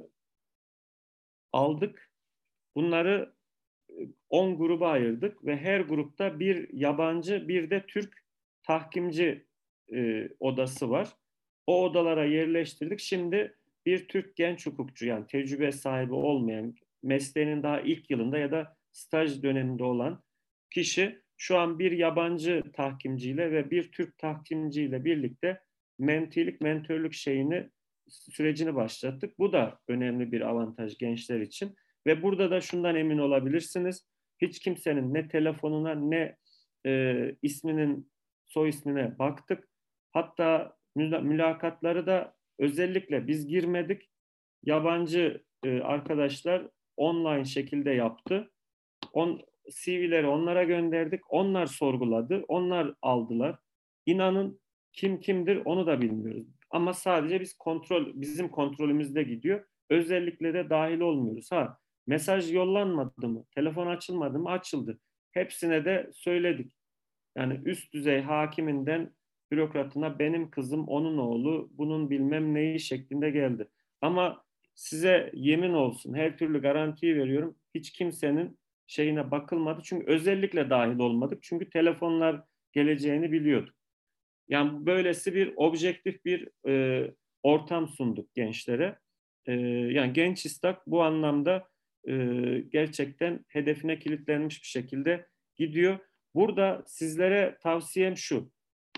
aldık. Bunları 10 gruba ayırdık ve her grupta bir yabancı, bir de Türk tahkimci odası var. O odalara yerleştirdik. Şimdi bir Türk genç hukukçu, yani tecrübe sahibi olmayan, mesleğinin daha ilk yılında ya da staj döneminde olan kişi şu an bir yabancı tahkimciyle ve bir Türk tahkimciyle birlikte mentörlük sürecini başlattık. Bu da önemli bir avantaj gençler için. Ve burada da şundan emin olabilirsiniz. Hiç kimsenin ne telefonuna ne isminin, soy ismine baktık. Hatta mülakatları da özellikle biz girmedik. Yabancı arkadaşlar online şekilde yaptı. CV'leri onlara gönderdik. Onlar sorguladı. Onlar aldılar. İnanın kim kimdir onu da bilmiyoruz. Ama sadece bizim kontrolümüzde gidiyor. Özellikle de dahil olmuyoruz. Mesaj yollanmadı mı? Telefon açılmadı mı? Açıldı. Hepsine de söyledik. Yani üst düzey hakiminden bürokratına benim kızım, onun oğlu, bunun bilmem neyi şeklinde geldi. Ama size yemin olsun, her türlü garantiyi veriyorum. Hiç kimsenin şeyine bakılmadı. Çünkü özellikle dahil olmadık. Çünkü telefonlar geleceğini biliyorduk. Yani böylesi bir objektif bir ortam sunduk gençlere. Yani Genç İstak bu anlamda gerçekten hedefine kilitlenmiş bir şekilde gidiyor. Burada sizlere tavsiyem şu: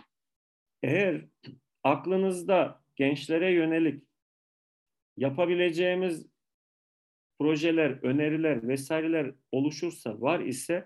eğer aklınızda gençlere yönelik yapabileceğimiz projeler, öneriler vesaireler oluşursa, var ise,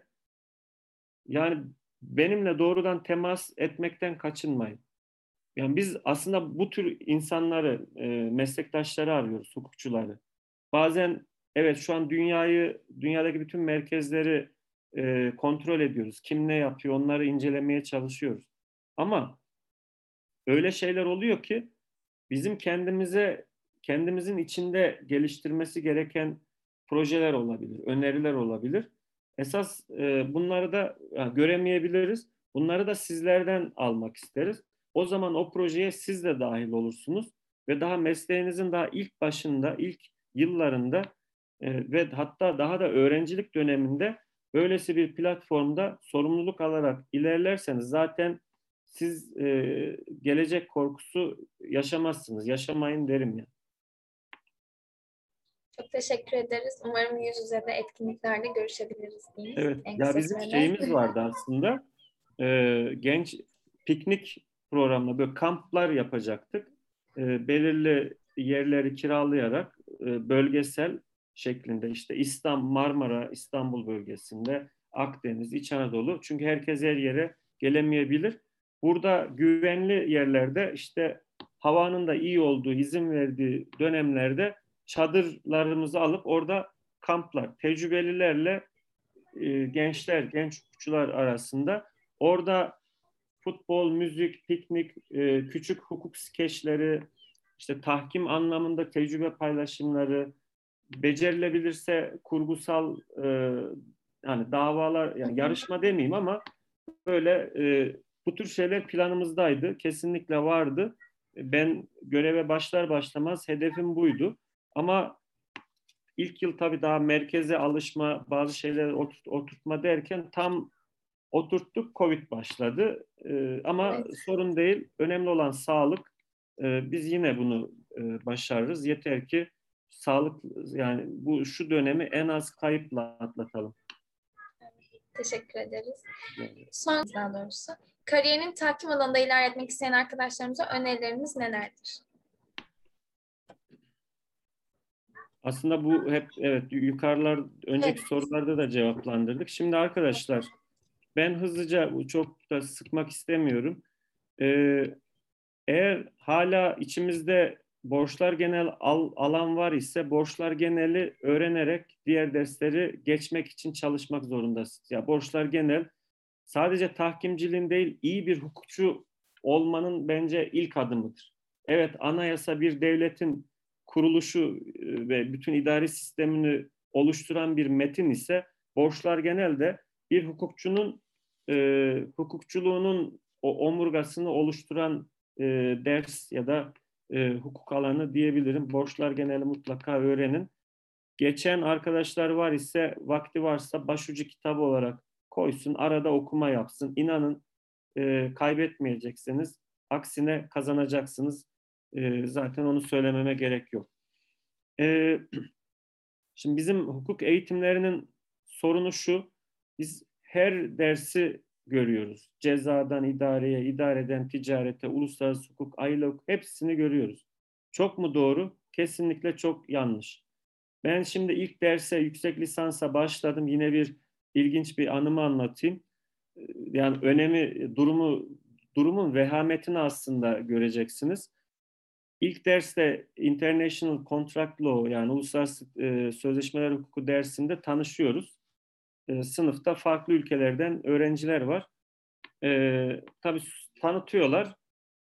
yani benimle doğrudan temas etmekten kaçınmayın. Yani biz aslında bu tür insanları, meslektaşları arıyoruz, hukukçuları. Bazen evet, şu an dünyadaki bütün merkezleri kontrol ediyoruz. Kim ne yapıyor, onları incelemeye çalışıyoruz. Ama öyle şeyler oluyor ki bizim kendimizin içinde geliştirmesi gereken projeler olabilir, öneriler olabilir. Esas bunları da yani göremeyebiliriz. Bunları da sizlerden almak isteriz. O zaman o projeye siz de dahil olursunuz ve daha mesleğinizin daha ilk başında, ilk yıllarında ve hatta daha da öğrencilik döneminde böylesi bir platformda sorumluluk alarak ilerlerseniz zaten siz gelecek korkusu yaşamazsınız. Yaşamayın derim ya. Çok teşekkür ederiz. Umarım yüz yüze de etkinliklerde görüşebiliriz diyeyim Evet. en Ya kısa bizim sürede. şeyimiz vardı aslında. Genç piknik programında böyle kamplar yapacaktık. Belirli yerleri kiralayarak bölgesel şeklinde, işte Marmara, İstanbul bölgesinde, Akdeniz, İç Anadolu. Çünkü herkes her yere gelemeyebilir. Burada güvenli yerlerde, işte havanın da iyi olduğu, izin verdiği dönemlerde çadırlarımızı alıp orada kamplar, tecrübelilerle genç hukukçular arasında orada futbol, müzik, piknik, küçük hukuk skeçleri, işte tahkim anlamında tecrübe paylaşımları, becerilebilirse kurgusal yani davalar, yani yarışma demeyeyim ama böyle bu tür şeyler planımızdaydı. Kesinlikle vardı. Ben göreve başlar başlamaz hedefim buydu. Ama ilk yıl tabii daha merkeze alışma, bazı şeyleri oturtma derken tam oturttuk, Covid başladı. Ama Evet, sorun değil. Önemli olan sağlık. Biz yine bunu başarırız. Yeter ki sağlık, yani şu dönemi en az kayıpla atlatalım. teşekkür ederiz. Yani Son, daha doğrusu, kariyerinin tahkim alanında ilerletmek isteyen arkadaşlarımıza önerileriniz nelerdir? aslında bu hep, evet, önceki Evet, sorularda da cevaplandırdık. Şimdi arkadaşlar, ben hızlıca, çok da sıkmak istemiyorum. Ee, Eğer hala içimizde borçlar genel alan var ise, borçlar geneli öğrenerek diğer dersleri geçmek için çalışmak zorundasınız. Ya borçlar genel sadece tahkimciliğin değil, iyi bir hukukçu olmanın bence ilk adımıdır. Evet, anayasa bir devletin kuruluşu ve bütün idari sistemini oluşturan bir metin ise borçlar genelde bir hukukçunun hukukçuluğunun o omurgasını oluşturan ders ya da hukuk alanı diyebilirim. Borçlar geneli mutlaka öğrenin. Geçen arkadaşlar var ise vakti varsa başucu kitabı olarak koysun, arada okuma yapsın. İnanın kaybetmeyeceksiniz. Aksine kazanacaksınız. Zaten onu söylememe gerek yok. E, Şimdi bizim hukuk eğitimlerinin sorunu şu, biz her dersi görüyoruz. Cezadan idareye, idareden ticarete, uluslararası hukuk, aile hukuk hepsini görüyoruz. Çok mu doğru? Kesinlikle çok yanlış. Ben şimdi ilk derse, yüksek lisansa başladım. Yine bir ilginç bir anımı anlatayım. Yani önemi, durumun vehametini aslında göreceksiniz. İlk derste International Contract Law yani uluslararası sözleşmeler hukuku dersinde tanışıyoruz. Sınıfta farklı ülkelerden öğrenciler var. Tabii tanıtıyorlar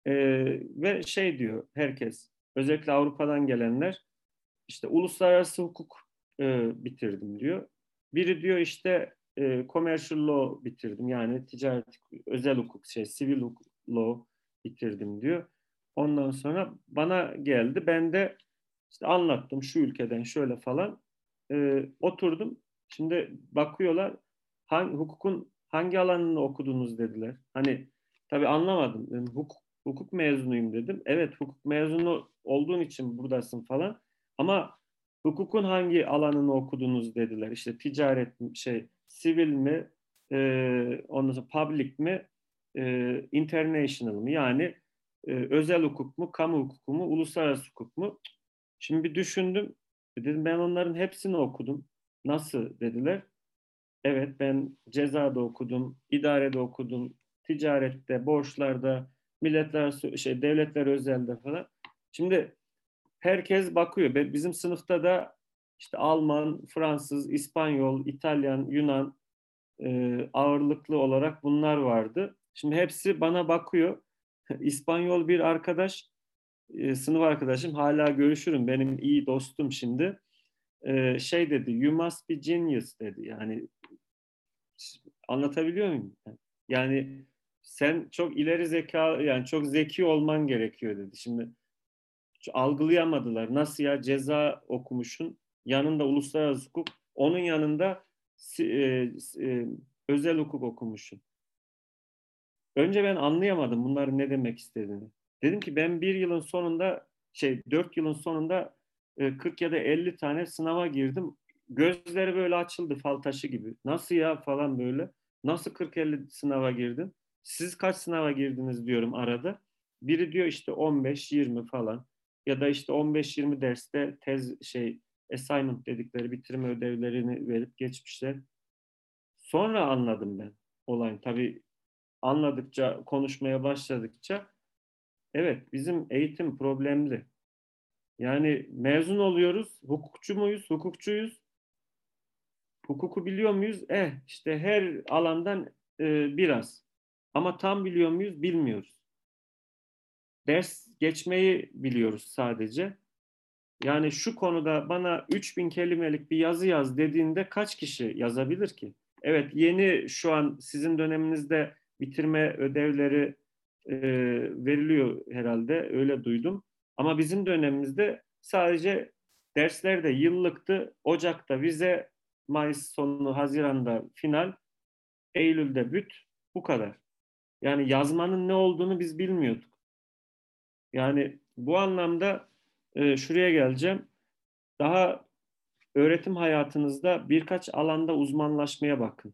ve şey diyor herkes, özellikle Avrupa'dan gelenler, işte uluslararası hukuk bitirdim diyor. Biri diyor işte commercial law bitirdim. Yani ticaret, özel hukuk, civil hukuk law bitirdim diyor. Ondan sonra bana geldi. Ben de işte anlattım şu ülkeden şöyle falan. Oturdum. Şimdi bakıyorlar hukukun hangi alanını okudunuz dediler. Hani tabii anlamadım. Yani hukuk mezunuyum dedim. Evet, hukuk mezunu olduğun için buradasın falan. Ama hukukun hangi alanını okudunuz dediler. İşte ticaret mi, sivil mi, ondan sonra public mi, international mı? Yani özel hukuk mu, kamu hukuku mu, uluslararası hukuk mu? Şimdi bir düşündüm. Dedim ben onların hepsini okudum. Nasıl dediler. Evet, ben cezada okudum, idarede okudum, ticarette, borçlarda, milletler devletler özelde falan. Şimdi herkes bakıyor. Bizim sınıfta da işte Alman, Fransız, İspanyol, İtalyan, Yunan ağırlıklı olarak bunlar vardı. Şimdi hepsi bana bakıyor. İspanyol bir arkadaş, sınıf arkadaşım, hala görüşürüm. Benim iyi dostum şimdi. Şey dedi, you must be genius dedi. Yani anlatabiliyor muyum? Yani sen çok ileri zeka, yani çok zeki olman gerekiyor dedi. Şimdi algılayamadılar. Nasıl ya, ceza okumuşsun, yanında uluslararası hukuk, onun yanında özel hukuk okumuşsun. Önce ben anlayamadım bunların ne demek istediğini. Dedim ki ben bir yılın sonunda 4 yılın sonunda 40 ya da 50 tane sınava girdim. Gözleri böyle açıldı fal taşı gibi. Nasıl ya falan böyle. Nasıl 40-50 sınava girdin? Siz kaç sınava girdiniz diyorum arada. Biri diyor işte 15-20 falan. Ya da işte 15-20 derste assignment dedikleri bitirme ödevlerini verip geçmişler. Sonra anladım ben olayın. Tabii anladıkça, konuşmaya başladıkça evet, bizim eğitim problemli. Yani mezun oluyoruz, hukukçu muyuz, hukukçuyuz, hukuku biliyor muyuz? İşte her alandan biraz. Ama tam biliyor muyuz, bilmiyoruz. Ders geçmeyi biliyoruz sadece. Yani şu konuda bana 3000 kelimelik bir yazı yaz dediğinde kaç kişi yazabilir ki? Evet, yeni şu an sizin döneminizde bitirme ödevleri veriliyor herhalde, öyle duydum. Ama bizim dönemimizde sadece derslerde yıllıktı. Ocak'ta vize, Mayıs sonu, Haziran'da final, Eylül'de büt, bu kadar. Yani yazmanın ne olduğunu biz bilmiyorduk. Yani bu anlamda şuraya geleceğim. Daha öğretim hayatınızda birkaç alanda uzmanlaşmaya bakın.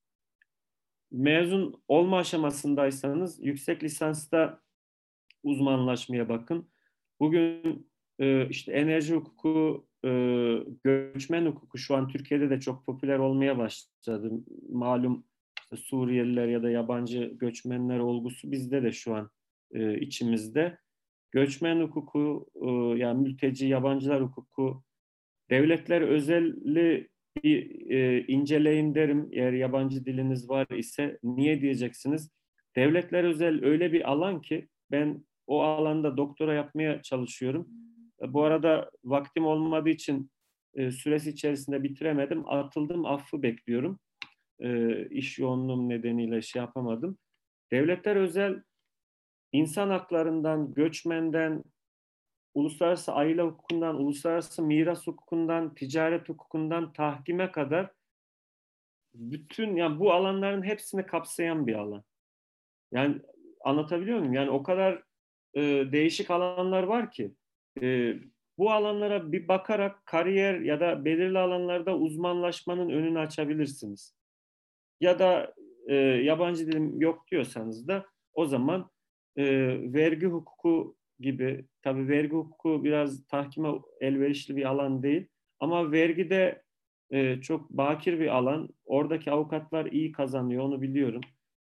Mezun olma aşamasındaysanız yüksek lisansta uzmanlaşmaya bakın. Bugün işte enerji hukuku, göçmen hukuku şu an Türkiye'de de çok popüler olmaya başladı. Malum işte Suriyeliler ya da yabancı göçmenler olgusu bizde de şu an içimizde. Göçmen hukuku, yani mülteci yabancılar hukuku, devletler özeli bir inceleyin derim eğer yabancı diliniz var ise. Niye diyeceksiniz? Devletler özel öyle bir alan ki ben o alanda doktora yapmaya çalışıyorum. Bu arada vaktim olmadığı için süresi içerisinde bitiremedim. Atıldım, affı bekliyorum. İş yoğunluğum nedeniyle şey yapamadım. Devletler özel insan haklarından, göçmenden, uluslararası aile hukukundan, uluslararası miras hukukundan, ticaret hukukundan tahkime kadar bütün yani bu alanların hepsini kapsayan bir alan. Yani anlatabiliyor muyum? Yani o kadar değişik alanlar var ki bu alanlara bir bakarak kariyer ya da belirli alanlarda uzmanlaşmanın önünü açabilirsiniz. Ya da yabancı dilim yok diyorsanız da o zaman e, vergi hukuku gibi, tabii vergi hukuku biraz tahkime elverişli bir alan değil ama vergide çok bakir bir alan. Oradaki avukatlar iyi kazanıyor, onu biliyorum.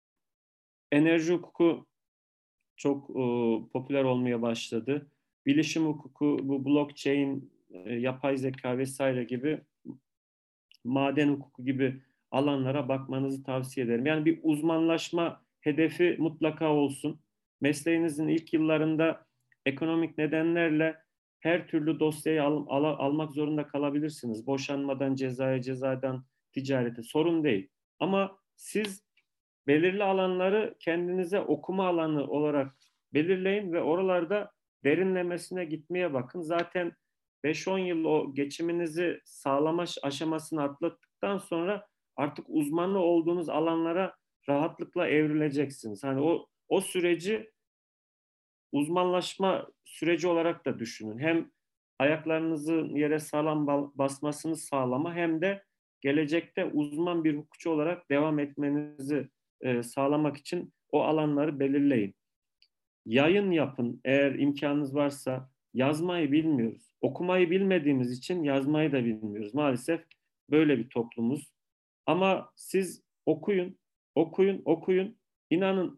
Enerji hukuku çok popüler olmaya başladı. Bilişim hukuku, bu blockchain, yapay zeka vesaire gibi, maden hukuku gibi alanlara bakmanızı tavsiye ederim. Yani bir uzmanlaşma hedefi mutlaka olsun. Mesleğinizin ilk yıllarında ekonomik nedenlerle her türlü dosyayı almak zorunda kalabilirsiniz. Boşanmadan cezaya, cezadan ticarete sorun değil. Ama siz belirli alanları kendinize okuma alanı olarak belirleyin ve oralarda derinlemesine gitmeye bakın. Zaten 5-10 yıl o geçiminizi sağlama aşamasını atlattıktan sonra artık uzmanlı olduğunuz alanlara rahatlıkla evrileceksiniz. Hani o süreci uzmanlaşma süreci olarak da düşünün. Hem ayaklarınızın yere sağlam basmasını sağlama hem de gelecekte uzman bir hukukçu olarak devam etmenizi sağlamak için o alanları belirleyin. Yayın yapın eğer imkanınız varsa. Yazmayı bilmiyoruz. Okumayı bilmediğimiz için yazmayı da bilmiyoruz. Maalesef böyle bir toplumuz. Ama siz okuyun, okuyun, okuyun. İnanın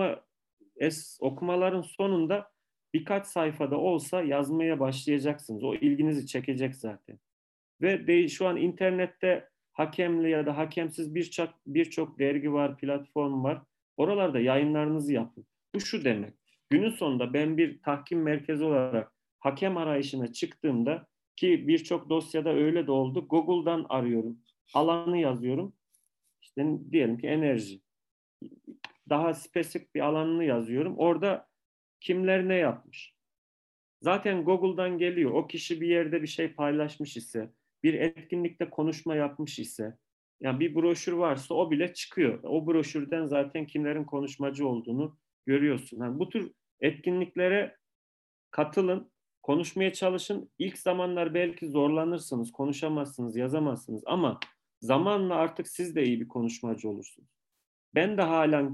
okumaların sonunda birkaç sayfada olsa yazmaya başlayacaksınız. O ilginizi çekecek zaten. Ve şu an internette hakemli ya da hakemsiz birçok dergi var, platform var. Oralarda yayınlarınızı yapın. Bu şu demek. Günün sonunda ben bir tahkim merkezi olarak hakem arayışına çıktığımda, ki birçok dosyada öyle de oldu, Google'dan arıyorum. Alanı yazıyorum. İşte diyelim ki enerji. Daha spesifik bir alanını yazıyorum. Orada kimler ne yapmış? Zaten Google'dan geliyor. O kişi bir yerde bir şey paylaşmış ise, bir etkinlikte konuşma yapmış ise, yani bir broşür varsa o bile çıkıyor. O broşürden zaten kimlerin konuşmacı olduğunu görüyorsun. Yani bu tür etkinliklere katılın, konuşmaya çalışın. İlk zamanlar belki zorlanırsınız, konuşamazsınız, yazamazsınız ama zamanla artık siz de iyi bir konuşmacı olursunuz. Ben de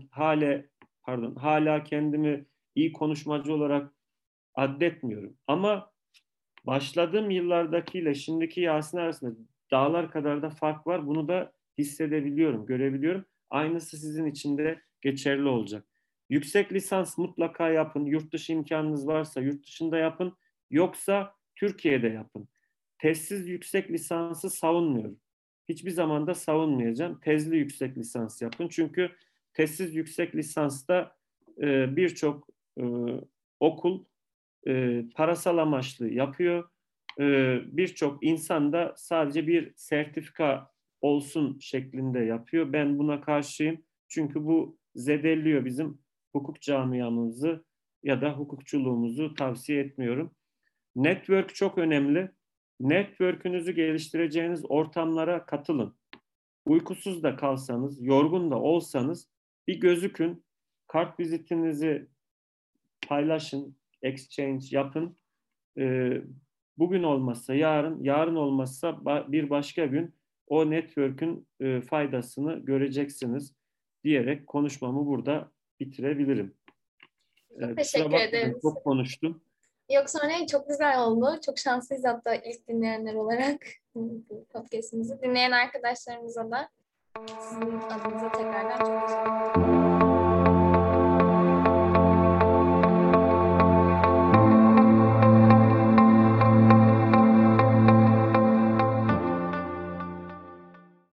hala kendimi iyi konuşmacı olarak addetmiyorum. Ama başladığım yıllardakiyle şimdiki Yasin arasında dağlar kadar da fark var. Bunu da hissedebiliyorum, görebiliyorum. Aynısı sizin için de geçerli olacak. Yüksek lisans mutlaka yapın. Yurt dışı imkanınız varsa yurt dışında yapın. Yoksa Türkiye'de yapın. Tezsiz yüksek lisansı savunmuyorum. Hiçbir zaman da savunmayacağım. Tezli yüksek lisans yapın. Çünkü tezsiz yüksek lisansta birçok e, okul parasal amaçlı yapıyor. Birçok insan da sadece bir sertifika olsun şeklinde yapıyor. Ben buna karşıyım. Çünkü bu zedeliyor bizim hukuk camiamızı ya da hukukçuluğumuzu, tavsiye etmiyorum. Network çok önemli. Network'ünüzü geliştireceğiniz ortamlara katılın. Uykusuz da kalsanız, yorgun da olsanız bir gözükün, kartvizitinizi paylaşın, exchange yapın. Ee, Bugün olmazsa yarın, yarın olmazsa bir başka gün o network'ün faydasını göreceksiniz diyerek konuşmamı burada bitirebilirim. Çok Kusura teşekkür bakmayın, ederiz. çok konuştum. Yok sonra değil, çok güzel oldu. Çok şanslıyız hatta ilk dinleyenler olarak bu podcast'imizi. Dinleyen arkadaşlarımıza da sizin adınıza tekrardan çok teşekkür ederim.